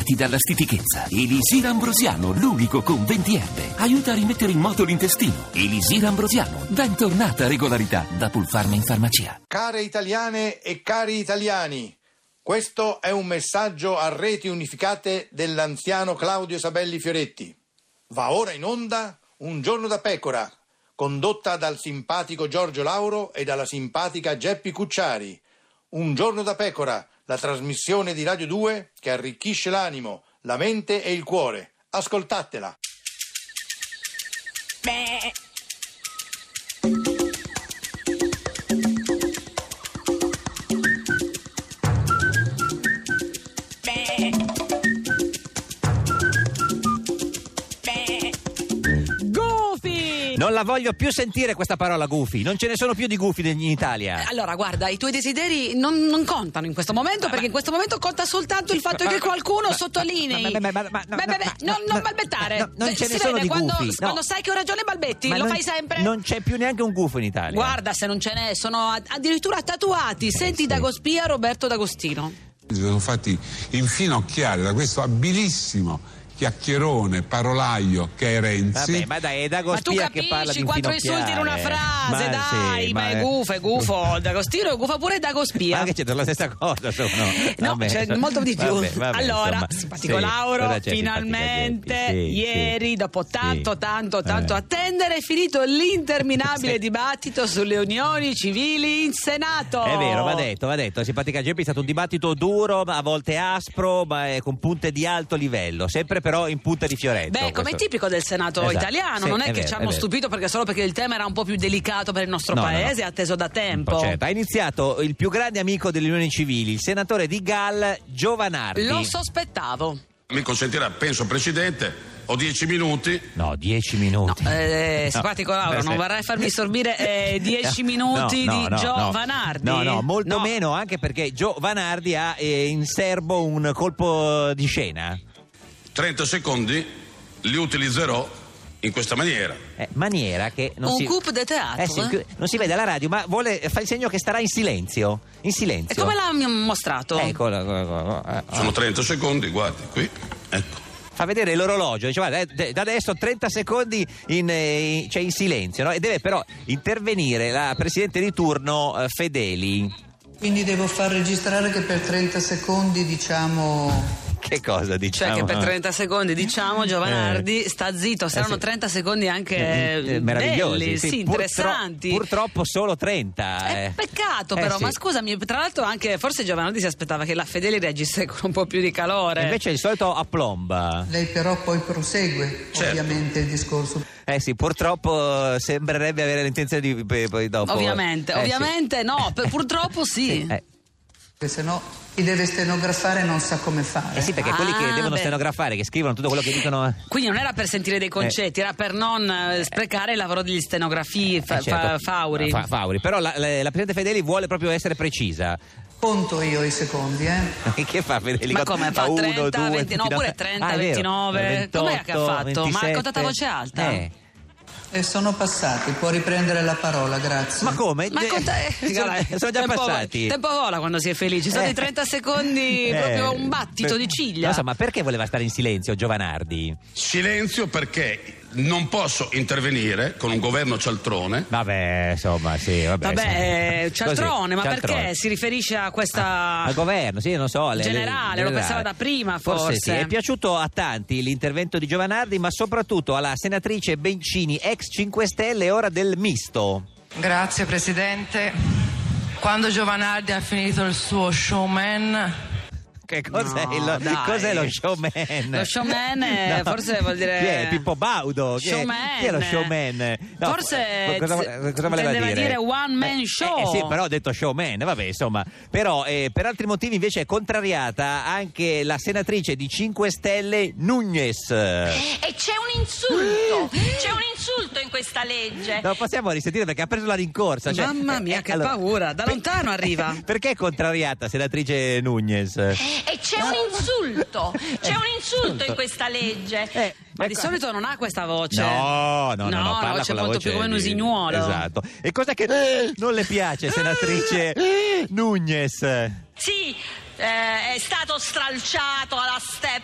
liberarti dalla stitichezza. Elisir Ambrosiano, l'unico con 20 erbe. Aiuta a rimettere in moto l'intestino. Elisir Ambrosiano, bentornata regolarità da Pulpharma in farmacia. Care italiane e cari italiani, questo è un messaggio a reti unificate dell'anziano Claudio Sabelli Fioretti. Va ora in onda Un giorno da pecora, condotta dal simpatico Giorgio Lauro e dalla simpatica Geppi Cucciari. Un giorno da pecora, la trasmissione di Radio 2 che arricchisce l'animo, la mente e il cuore. Ascoltatela. Non la voglio più sentire questa parola gufi. Non ce ne sono più di gufi in Italia. Allora, guarda, i tuoi desideri non contano in questo momento, perché in questo momento conta soltanto il fatto che qualcuno sottolinei. Non balbettare. Non ce ne sono di gufi. Quando sai che ho ragione balbetti, lo fai sempre. Non c'è più neanche un gufo in Italia. Guarda, se non ce n'è, sono addirittura tatuati. Senti sì. Dagospia, Roberto D'Agostino. Si sono fatti infinocchiare da questo abilissimo chiacchierone, parolaio che è Renzi. Vabbè, ma dai, è Dagospia che parla di quattro infinocchiare. insulti in una frase, dai, sì, ma è gufo. D'Agostino è gufo pure Dagospia. Ma che c'è la stessa cosa, sono. No, Vabbè. C'è molto di più. Vabbè, allora, insomma, simpatico sì, Lauro, finalmente ieri, dopo tanto attendere, è finito l'interminabile dibattito sulle unioni civili in Senato. È vero, va detto, simpatica Geppi, è stato un dibattito duro, a volte aspro, ma con punte di alto livello, sempre però in punta di fioretto. Beh, come è tipico del Senato italiano, sì, non è che vero, ci hanno stupito solo perché il tema era un po' più delicato per il nostro paese, atteso da tempo. Certo. Ha iniziato il più grande amico delle unioni civili, il senatore di Gal, Giovanardi. Lo sospettavo. Mi consentirà, penso, Presidente, ho 10 minuti. No, 10 minuti. Simpatico Lauro, non vorrei farmi sorbire 10 minuti di Giovanardi. No, molto meno, anche perché Giovanardi ha in serbo un colpo di scena. 30 secondi li utilizzerò in questa maniera. Maniera che non un coup de théâtre. Non si vede alla radio, ma fa il segno che starà in silenzio. In silenzio. E come l'ha mostrato? Sono 30 secondi, guardi, qui, ecco. Fa vedere l'orologio, dice guarda, da adesso 30 secondi in silenzio, no? E deve però intervenire la presidente di turno Fedeli. Quindi devo far registrare che per 30 secondi diciamo... Che cosa diciamo? Cioè che per 30 secondi diciamo Giovanardi sta zitto, saranno 30 secondi anche meravigliosi, belli, sì, interessanti. Purtroppo solo 30. È peccato però, sì. ma scusami, tra l'altro anche forse Giovanardi si aspettava che la Fedeli reagisse con un po' più di calore. Invece il solito aplomba. Lei però poi prosegue, ovviamente, il discorso. Sì, purtroppo sembrerebbe avere l'intenzione di poi dopo. Ovviamente no, purtroppo sì. Perché se no chi deve stenografare non sa come fare. Sì, perché quelli che devono stenografare, che scrivono tutto quello che dicono. Quindi non era per sentire dei concetti, era per non sprecare il lavoro degli stenografi fauri. Fauri. Però la Presidente Fedeli vuole proprio essere precisa. Conto io i secondi, Che fa Fedeli? Ma come fa? 1, 30, 2, 29, pure 30, 29. 28, com'è che ha fatto? 27. Ma ha contato a voce alta? E sono passati, può riprendere la parola, grazie. Ma come? Sono già passati. Tempo vola quando si è felici. Sono i 30 secondi, proprio un battito di ciglia. Non so, ma perché voleva stare in silenzio Giovanardi? Silenzio perché non posso intervenire con un governo cialtrone. Vabbè, insomma, sì, vabbè. Cialtrone, così, ma cialtrone. Perché si riferisce a questa... Al governo, sì, non so. Generale, lo pensava da prima, forse. Sì. È piaciuto a tanti l'intervento di Giovanardi, ma soprattutto alla senatrice Bencini, ex 5 Stelle, ora del Misto. Grazie, Presidente. Quando Giovanardi ha finito il suo showman... Che cos'è, cos'è lo showman? Lo showman forse vuol dire... Chi è? Pippo Baudo? Chi è lo showman? No, forse cosa voleva dire one man show. Sì, però ho detto showman, vabbè, insomma. Però per altri motivi invece è contrariata anche la senatrice di 5 Stelle Núñez. E c'è un insulto in questa legge. No, possiamo risentire perché ha preso la rincorsa. Mamma mia, che paura, da lontano arriva. Perché è contrariata, senatrice Núñez? E c'è un insulto in questa legge. Ma di solito non ha questa voce. No, parla c'è con la molto voce più come un usignuolo. Esatto. E cos'è che non le piace, senatrice Núñez? Sì, è stato stralciato alla step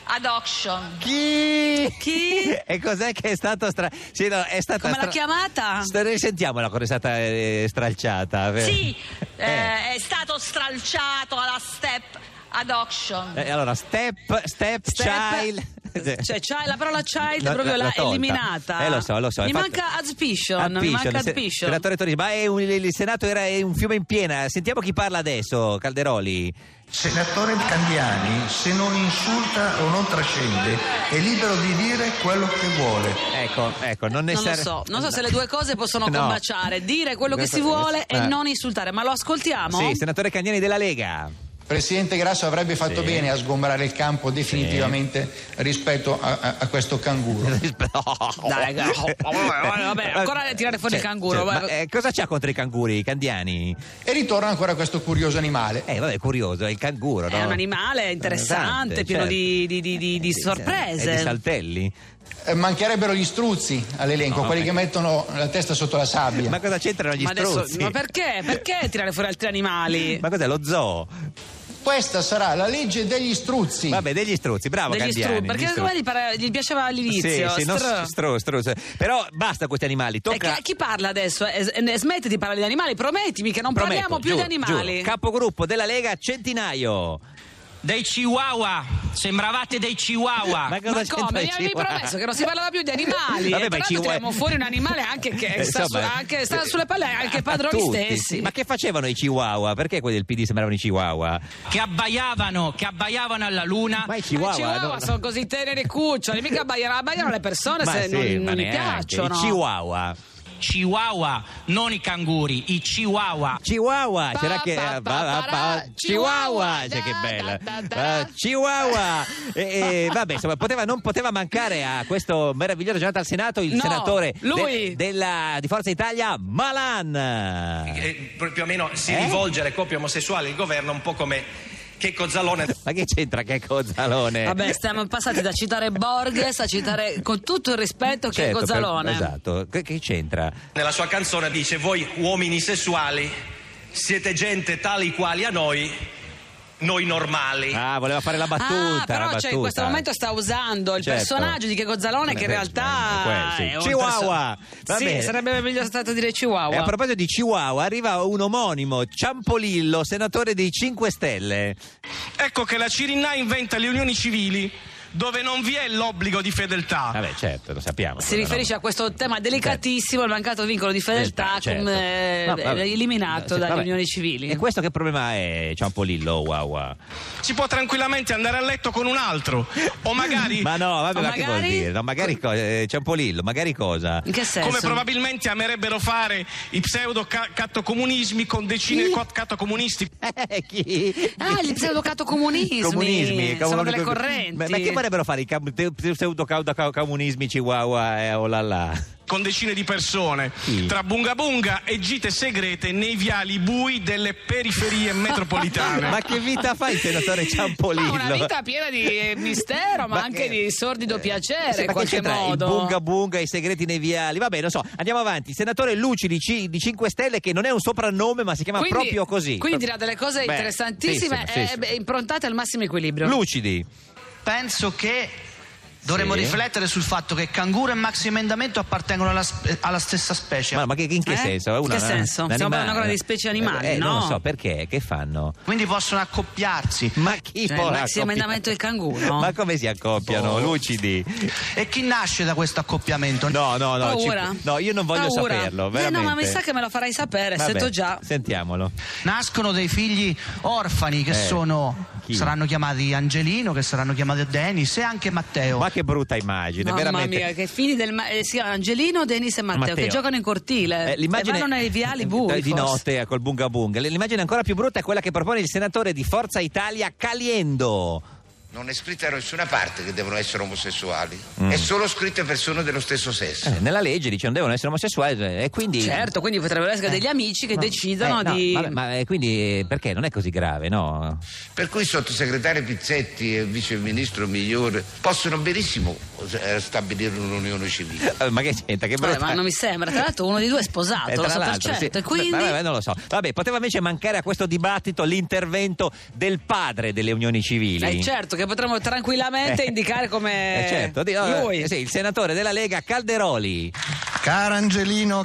adoption. Chi? E cos'è che è stato sì, no, è stata come l'ha chiamata? Sentiamola come è stata stralciata. Sì, è stato stralciato alla step adoption. Allora, step child. Cioè, la parola child proprio l'ha tolta. eliminata. Lo so. Mi manca adspition. Senatore Torisi, ma il Senato era un fiume in piena. Sentiamo chi parla adesso, Calderoli. Senatore Candiani, se non insulta o non trascende, è libero di dire quello che vuole. Ecco, non lo so se le due cose possono combaciare, dire quello che si vuole e non insultare, ma lo ascoltiamo? Sì, senatore Candiani della Lega. Presidente Grasso avrebbe fatto bene a sgombrare il campo definitivamente rispetto a questo canguro. Dai, vabbè, ancora tirare fuori il canguro. Cosa c'ha contro i canguri, Candiani? E ritorna ancora questo curioso animale. Curioso, è il canguro, no? È un animale interessante, pieno di sorprese. E di saltelli. Mancherebbero gli struzzi all'elenco, quelli che mettono la testa sotto la sabbia. Ma cosa c'entrano gli struzzi? Ma perché? Perché tirare fuori altri animali? Ma cos'è, lo zoo? Questa sarà la legge degli struzzi. Vabbè, degli struzzi, bravo Candiani. Perché gli piaceva all'inizio. Sì, struzzi. Però basta questi animali. Chi parla adesso? Smette di parlare di animali, promettimi che non parliamo più di animali. Giuro. Capogruppo della Lega Centinaio. Dei chihuahua, sembravate dei chihuahua. Ma come? Mi avevi promesso che non si parlava più di animali. Vabbè, ma tiriamo fuori un animale anche che sta sulle palle anche i padroni stessi. Ma che facevano i chihuahua? Perché quelli del PD sembravano i chihuahua? Che abbaiavano alla luna. Ma i chihuahua sono così teneri e cuccioli, mica abbaiano le persone se non gli piacciono. I chihuahua, non i canguri, i chihuahua. C'era che chihuahua, cioè che bella. Chihuahua. Vabbè, insomma, non poteva mancare a questo meraviglioso giornata al Senato il senatore di Forza Italia Malan. Più o meno si rivolge alle coppie omosessuali il governo un po' come Checco Zalone. Ma che c'entra Checco Zalone? Vabbè, stiamo passati da citare Borges a citare con tutto il rispetto Checco Zalone. Esatto, che c'entra? Nella sua canzone dice: voi uomini sessuali siete gente tali quali a noi normali. Voleva fare la battuta. Però in questo momento sta usando il personaggio di Checco Zalone che in realtà è un Chihuahua. Sì, sarebbe meglio stato dire Chihuahua. E a proposito di Chihuahua, arriva un omonimo, Ciampolillo, senatore dei 5 Stelle. Ecco che la Cirinà inventa le unioni civili dove non vi è l'obbligo di fedeltà. Vabbè, certo, lo sappiamo. Si riferisce a questo tema delicatissimo, il mancato vincolo di fedeltà, eliminato dalle unioni civili. E questo che problema è, Ciampolillo? Wow. Si può tranquillamente andare a letto con un altro, o magari... Ma no, vabbè, ma che vuol dire? No, magari Ciampolillo, magari cosa? In che senso? Come probabilmente amerebbero fare i pseudo-cattocomunismi con decine di cattocomunisti. Chi? Gli pseudo-cattocomunismi. Sono delle correnti. Ma che vorrebbero fare i pseudo-comunismi Chihuahua o là? Con decine di persone tra bunga bunga e gite segrete nei viali bui delle periferie metropolitane. Ma che vita fa il senatore Ciampolillo? Una vita piena di mistero, ma anche di sordido piacere in qualche modo. Il bunga bunga, i segreti nei viali. Vabbè, non so, andiamo avanti. Senatore Luci di 5 Stelle, che non è un soprannome, ma si chiama proprio così. Quindi dirà delle cose interessantissime e improntate al massimo equilibrio. Lucidi. Penso che dovremmo riflettere sul fatto che canguro e maxiemendamento appartengono alla stessa specie. Ma in che senso? In che senso? Stiamo parlando ancora di specie animali, no? Non lo so, perché? Che fanno? Quindi possono accoppiarsi. Ma chi può il maxiemendamento e il canguro? Ma come si accoppiano? Lucidi. E chi nasce da questo accoppiamento? No, io non voglio saperlo, veramente. No, ma mi sa che me lo farai sapere, sento già. Sentiamolo. Nascono dei figli orfani che saranno chiamati Angelino, che saranno chiamati Denis e anche Matteo. Ma che brutta immagine, veramente. Mamma mia, che figli si chiamano Angelino, Denis e Matteo, che giocano in cortile e vanno nei viali bui di notte col bunga bunga. L'immagine ancora più brutta è quella che propone il senatore di Forza Italia Caliendo. Non è scritta da nessuna parte che devono essere omosessuali, è solo scritta persone dello stesso sesso. Nella legge dice non devono essere omosessuali e quindi... Certo, quindi potrebbero essere degli amici che decidono di... Vabbè, ma quindi perché? Non è così grave, no? Per cui il sottosegretario Pizzetti e il vice ministro Migliore possono benissimo stabilire un'unione civile. Ma che c'entra? Che brutta... ma non mi sembra, tra l'altro uno di due è sposato, lo so per certo, e quindi... non lo so. Vabbè, poteva invece mancare a questo dibattito l'intervento del padre delle unioni civili. Certo, che potremmo tranquillamente indicare come certo. lui. Sì, il senatore della Lega Calderoli. Caro Angelino.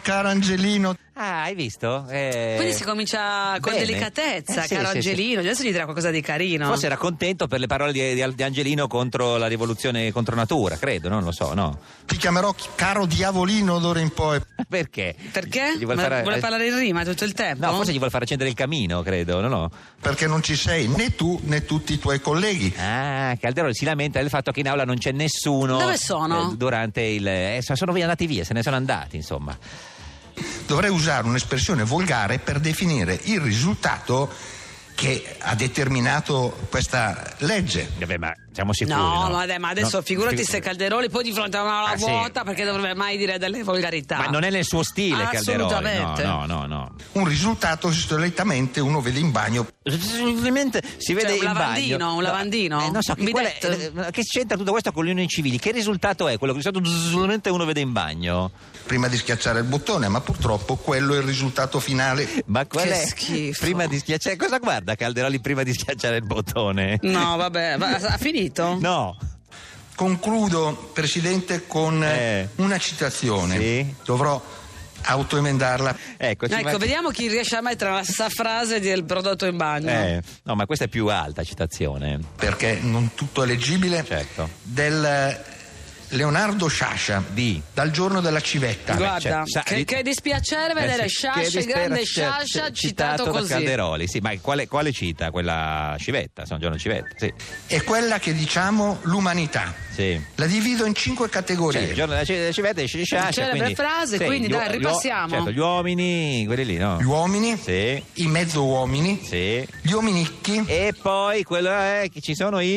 Ah, hai visto? Quindi si comincia con delicatezza, sì, caro sì, Angelino. Adesso gli dirà qualcosa di carino. Forse era contento per le parole di Angelino contro la rivoluzione contro natura, credo, non lo so, no? Ti chiamerò caro diavolino d'ora in poi. Perché? Perché? Vuole parlare in rima tutto il tempo? No, forse gli vuole far accendere il camino, credo, no? Perché non ci sei né tu né tutti i tuoi colleghi. Ah, Calderoli si lamenta del fatto che in aula non c'è nessuno. Dove sono? Durante il... sono andati via, se ne sono andati, insomma. Dovrei usare un'espressione volgare per definire il risultato che ha determinato questa legge. Vabbè, ma siamo sicuri? Ma adesso figurati se Calderoli poi di fronte a una vuota, perché dovrebbe mai dire delle volgarità. Ma non è nel suo stile, Calderoli. Assolutamente. No. Un risultato che solitamente uno vede in bagno. Solitamente si vede in bagno. Un lavandino? Non so, che c'entra tutto questo con le unioni civili? Che risultato è quello che solitamente uno vede in bagno? Prima di schiacciare il bottone, ma purtroppo quello è il risultato finale. Ma qual è? Schifo. Prima di schiacciare, cosa guarda Calderoli prima di schiacciare il bottone? No, vabbè, ha finito? No. Concludo, Presidente, con una citazione. Sì? Dovrò autoemendarla. Ecco, vediamo chi riesce a mettere la stessa frase del prodotto in bagno. No, ma questa è più alta citazione. Perché non tutto è leggibile. Certo. Del Leonardo Sciascia Dal giorno della civetta. Guarda, che dispiacere vedere Sciascia, il grande Sciascia citato così. Da Calderoli, sì, ma quale cita? Quella civetta, sono giorno civetta, sì. È quella che diciamo l'umanità. Sì. La divido in 5 categorie. Il giorno della civetta è Sciascia. Celebre frase, quindi dai, ripassiamo. Certo, gli uomini, quelli lì, no? Gli uomini, sì. I mezzo uomini, sì. Gli uominicchi. E poi quello è che ci sono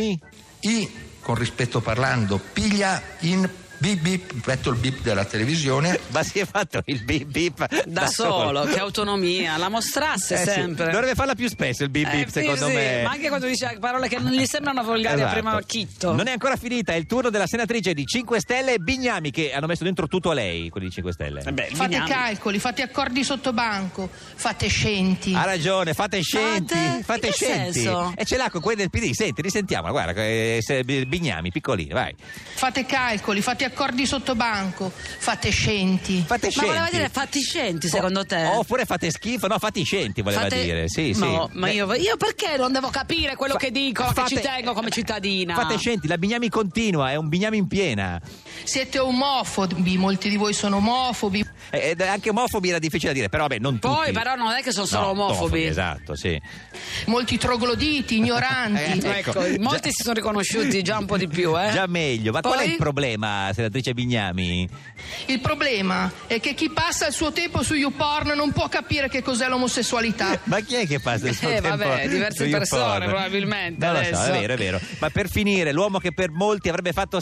con rispetto parlando, piglia in bip bip, metto il bip della televisione. Ma si è fatto il bip bip da solo, che autonomia, la mostrasse sempre. Sì. Dovrebbe farla più spesso il bip bip, secondo me. Ma anche quando dice parole che non gli sembrano volgari a prima acchitto. Non è ancora finita, è il turno della senatrice di 5 Stelle Bignami, che hanno messo dentro tutto a lei, quelli di 5 Stelle. Fate calcoli, fate accordi sotto banco, fate scenti. Ha ragione, fate scenti. Fate scenti. Senso? E ce l'ha con quelli del PD, senti, risentiamola, guarda, Bignami, piccolino, vai. Fate calcoli, fate accordi sotto banco, fate scenti. Ma voleva dire fatti scenti, secondo te? Oppure fate schifo, no, fatti scenti voleva dire. Sì, no, sì. Ma io perché non devo capire quello che dico, che ci tengo come cittadina? Fate scenti, la Bignami continua, è un Bignami in piena. Siete omofobi, molti di voi sono omofobi. Anche omofobi era difficile da dire, però vabbè, non tutti. Poi però non è che sono solo omofobi. Esatto, sì. Molti trogloditi, ignoranti. Ecco, molti si sono riconosciuti già un po' di più, Già meglio. Ma qual è il problema, senatrice Bignami? Il problema è che chi passa il suo tempo su YouPorn non può capire che cos'è l'omosessualità. Ma chi è che passa il suo tempo? Vabbè, diverse persone probabilmente. Non adesso. Lo so, è vero. Ma per finire, l'uomo che per molti avrebbe fatto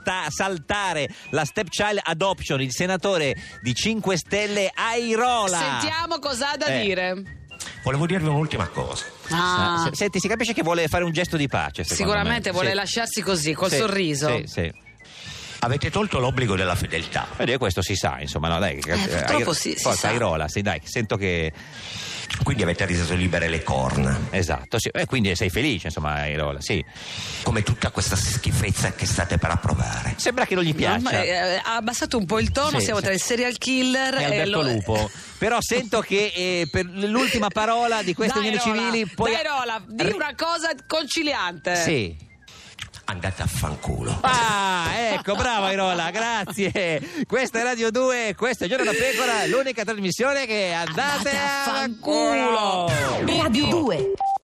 saltare la stepchild adoption, il senatore di 5 Stelle Airola. Sentiamo cosa ha da dire. Volevo dirvi un'ultima cosa. Senti, si capisce che vuole fare un gesto di pace. Sicuramente vuole lasciarsi così, col sorriso. Sì. Avete tolto l'obbligo della fedeltà. Questo si sa, insomma, no, dai. Purtroppo si sa. Airola, sì, dai, sento che... Quindi avete reso libere le corna. Esatto, sì. Quindi sei felice, insomma, Airola, sì. Come tutta questa schifezza che state per approvare. Sembra che non gli piaccia. Ha abbassato un po' il tono, siamo tra il serial killer e Alberto Lupo. Però sento che per l'ultima parola di queste unioni civili... Airola, di una cosa conciliante. Sì. Andate a fanculo. Ecco, bravo Airola, grazie. Questa è Radio 2, questo è Giorno da Pecora, l'unica trasmissione che andate a fanculo. Radio 2.